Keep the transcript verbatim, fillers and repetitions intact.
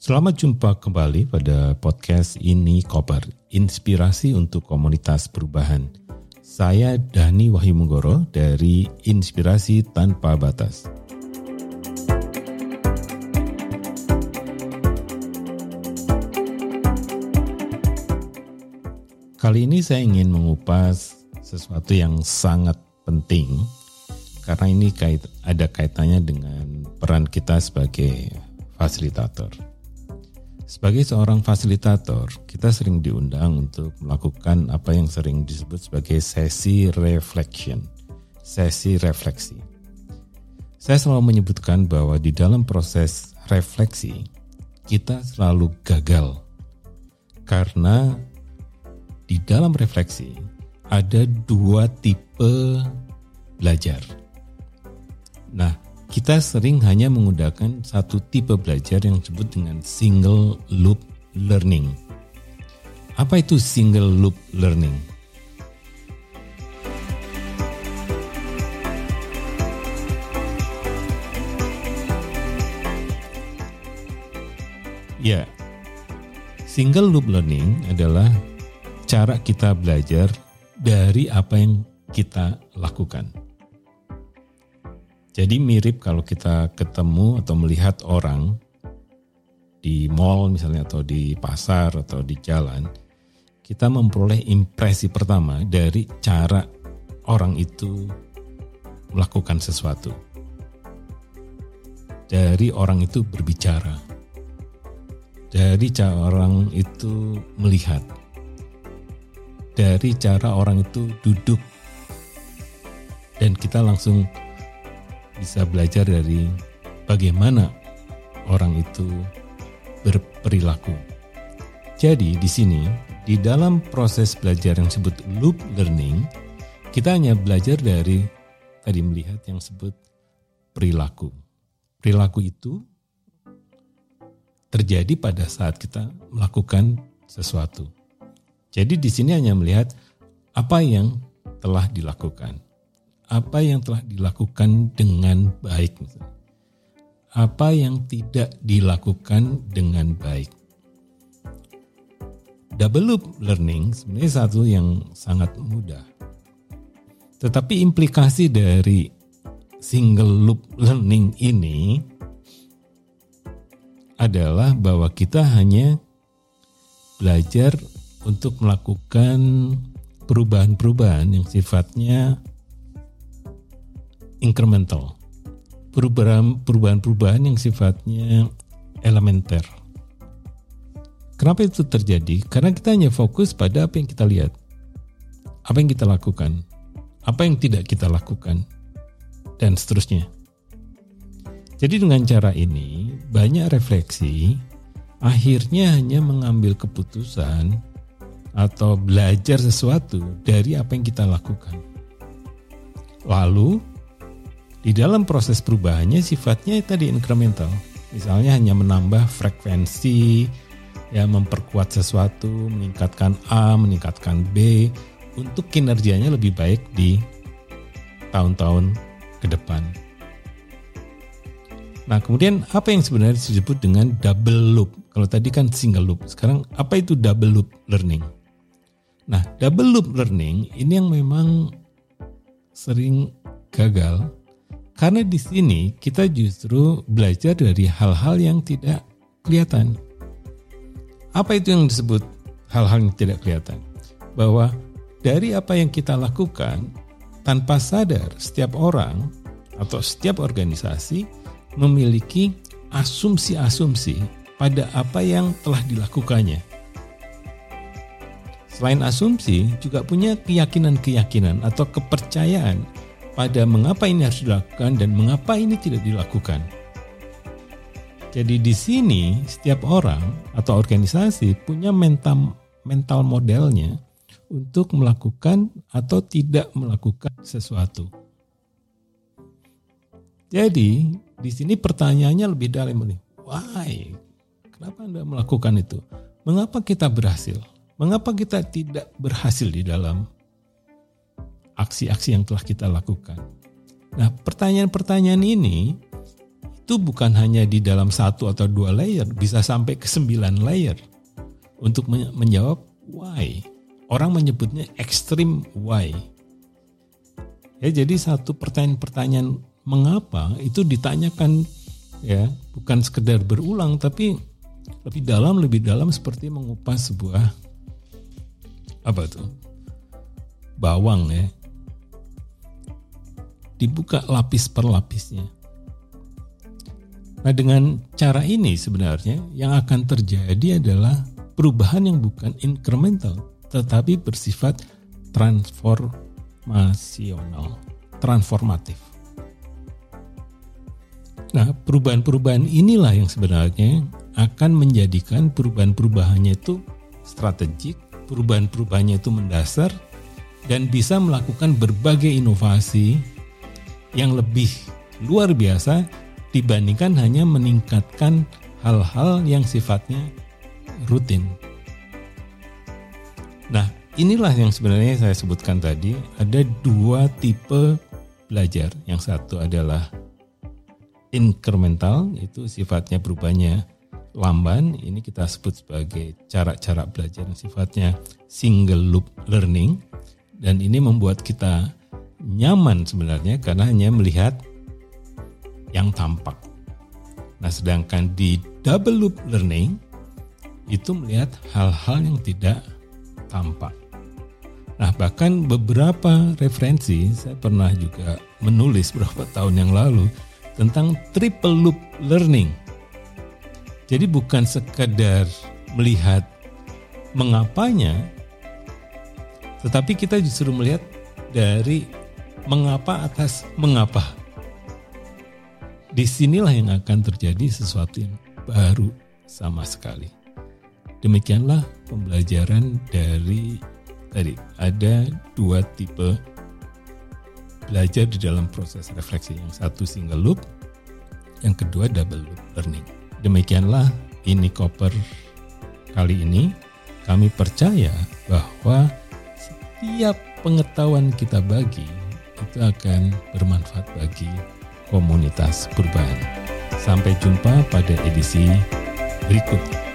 Selamat jumpa kembali pada podcast Ini Koper, inspirasi untuk komunitas perubahan. Saya Dhani Wahyumunggoro dari Inspirasi Tanpa Batas. Kali ini saya ingin mengupas sesuatu yang sangat penting karena ini kait, ada kaitannya dengan peran kita sebagai fasilitator. Sebagai seorang fasilitator, kita sering diundang untuk melakukan apa yang sering disebut sebagai sesi reflection, sesi refleksi. Saya selalu menyebutkan bahwa di dalam proses refleksi, kita selalu gagal. Karena di dalam refleksi, ada dua tipe belajar. Nah, kita sering hanya menggunakan satu tipe belajar yang disebut dengan single loop learning. Apa itu single loop learning? Ya, single loop learning adalah cara kita belajar dari apa yang kita lakukan. Jadi mirip kalau kita ketemu atau melihat orang di mall misalnya atau di pasar atau di jalan, kita memperoleh impresi pertama dari cara orang itu melakukan sesuatu. Dari orang itu berbicara. Dari cara orang itu melihat. Dari cara orang itu duduk. Dan kita langsung bisa belajar dari bagaimana orang itu berperilaku. Jadi di sini, di dalam proses belajar yang disebut loop learning, kita hanya belajar dari tadi melihat yang disebut perilaku. Perilaku itu terjadi pada saat kita melakukan sesuatu. Jadi di sini hanya melihat apa yang telah dilakukan. Apa yang telah dilakukan dengan baik, apa yang tidak dilakukan dengan baik. Double loop learning sebenarnya satu yang sangat mudah. Tetapi implikasi dari single loop learning ini adalah bahwa kita hanya belajar untuk melakukan perubahan-perubahan yang sifatnya incremental, perubahan-perubahan yang sifatnya elementer. Kenapa itu terjadi? Karena kita hanya fokus pada apa yang kita lihat, apa yang kita lakukan, apa yang tidak kita lakukan, dan seterusnya. Jadi dengan cara ini, banyak refleksi akhirnya hanya mengambil keputusan atau belajar sesuatu dari apa yang kita lakukan. Lalu, di dalam proses perubahannya sifatnya tadi incremental. Misalnya hanya menambah frekuensi, ya memperkuat sesuatu, meningkatkan A, meningkatkan B, untuk kinerjanya lebih baik di tahun-tahun ke depan. Nah, kemudian apa yang sebenarnya disebut dengan double loop? Kalau tadi kan single loop, sekarang apa itu double loop learning? Nah, double loop learning ini yang memang sering gagal. Karena di sini kita justru belajar dari hal-hal yang tidak kelihatan. Apa itu yang disebut hal-hal yang tidak kelihatan? Bahwa dari apa yang kita lakukan, tanpa sadar setiap orang atau setiap organisasi memiliki asumsi-asumsi pada apa yang telah dilakukannya. Selain asumsi, juga punya keyakinan-keyakinan atau kepercayaan pada mengapa ini harus dilakukan dan mengapa ini tidak dilakukan. Jadi di sini setiap orang atau organisasi punya mental mental modelnya untuk melakukan atau tidak melakukan sesuatu. Jadi di sini pertanyaannya lebih dalam ini. Why? Kenapa Anda melakukan itu? Mengapa kita berhasil? Mengapa kita tidak berhasil di dalam aksi-aksi yang telah kita lakukan? Nah, pertanyaan-pertanyaan ini itu bukan hanya di dalam satu atau dua layer, bisa sampai ke sembilan layer untuk menjawab why. Orang menyebutnya extreme why. Ya, jadi satu pertanyaan-pertanyaan mengapa itu ditanyakan, ya, bukan sekedar berulang tapi lebih dalam, lebih dalam seperti mengupas sebuah apa tuh? Bawang, ya. Dibuka lapis per lapisnya. Nah, dengan cara ini sebenarnya yang akan terjadi adalah perubahan yang bukan incremental tetapi bersifat transformasional, transformatif. Nah, perubahan-perubahan inilah yang sebenarnya akan menjadikan perubahan-perubahannya itu strategik, perubahan-perubahannya itu mendasar, dan bisa melakukan berbagai inovasi yang lebih luar biasa dibandingkan hanya meningkatkan hal-hal yang sifatnya rutin. Nah, inilah yang sebenarnya saya sebutkan tadi, ada dua tipe belajar. Yang satu adalah incremental, itu sifatnya perubahannya lamban. Ini kita sebut sebagai cara-cara belajar yang sifatnya single loop learning. Dan ini membuat kita nyaman sebenarnya karena hanya melihat yang tampak. Nah, sedangkan di double loop learning itu melihat hal-hal yang tidak tampak. Nah, bahkan beberapa referensi saya pernah juga menulis beberapa tahun yang lalu tentang triple loop learning. Jadi bukan sekedar melihat mengapanya, tetapi kita justru melihat dari mengapa atas mengapa. Disinilah yang akan terjadi sesuatu yang baru sama sekali. Demikianlah pembelajaran dari tadi. Ada dua tipe belajar di dalam proses refleksi. Yang satu single loop, yang kedua double loop learning. Demikianlah ini Koper kali ini. Kami percaya bahwa setiap pengetahuan kita bagi itu akan bermanfaat bagi komunitas perubahan. Sampai jumpa pada edisi berikutnya.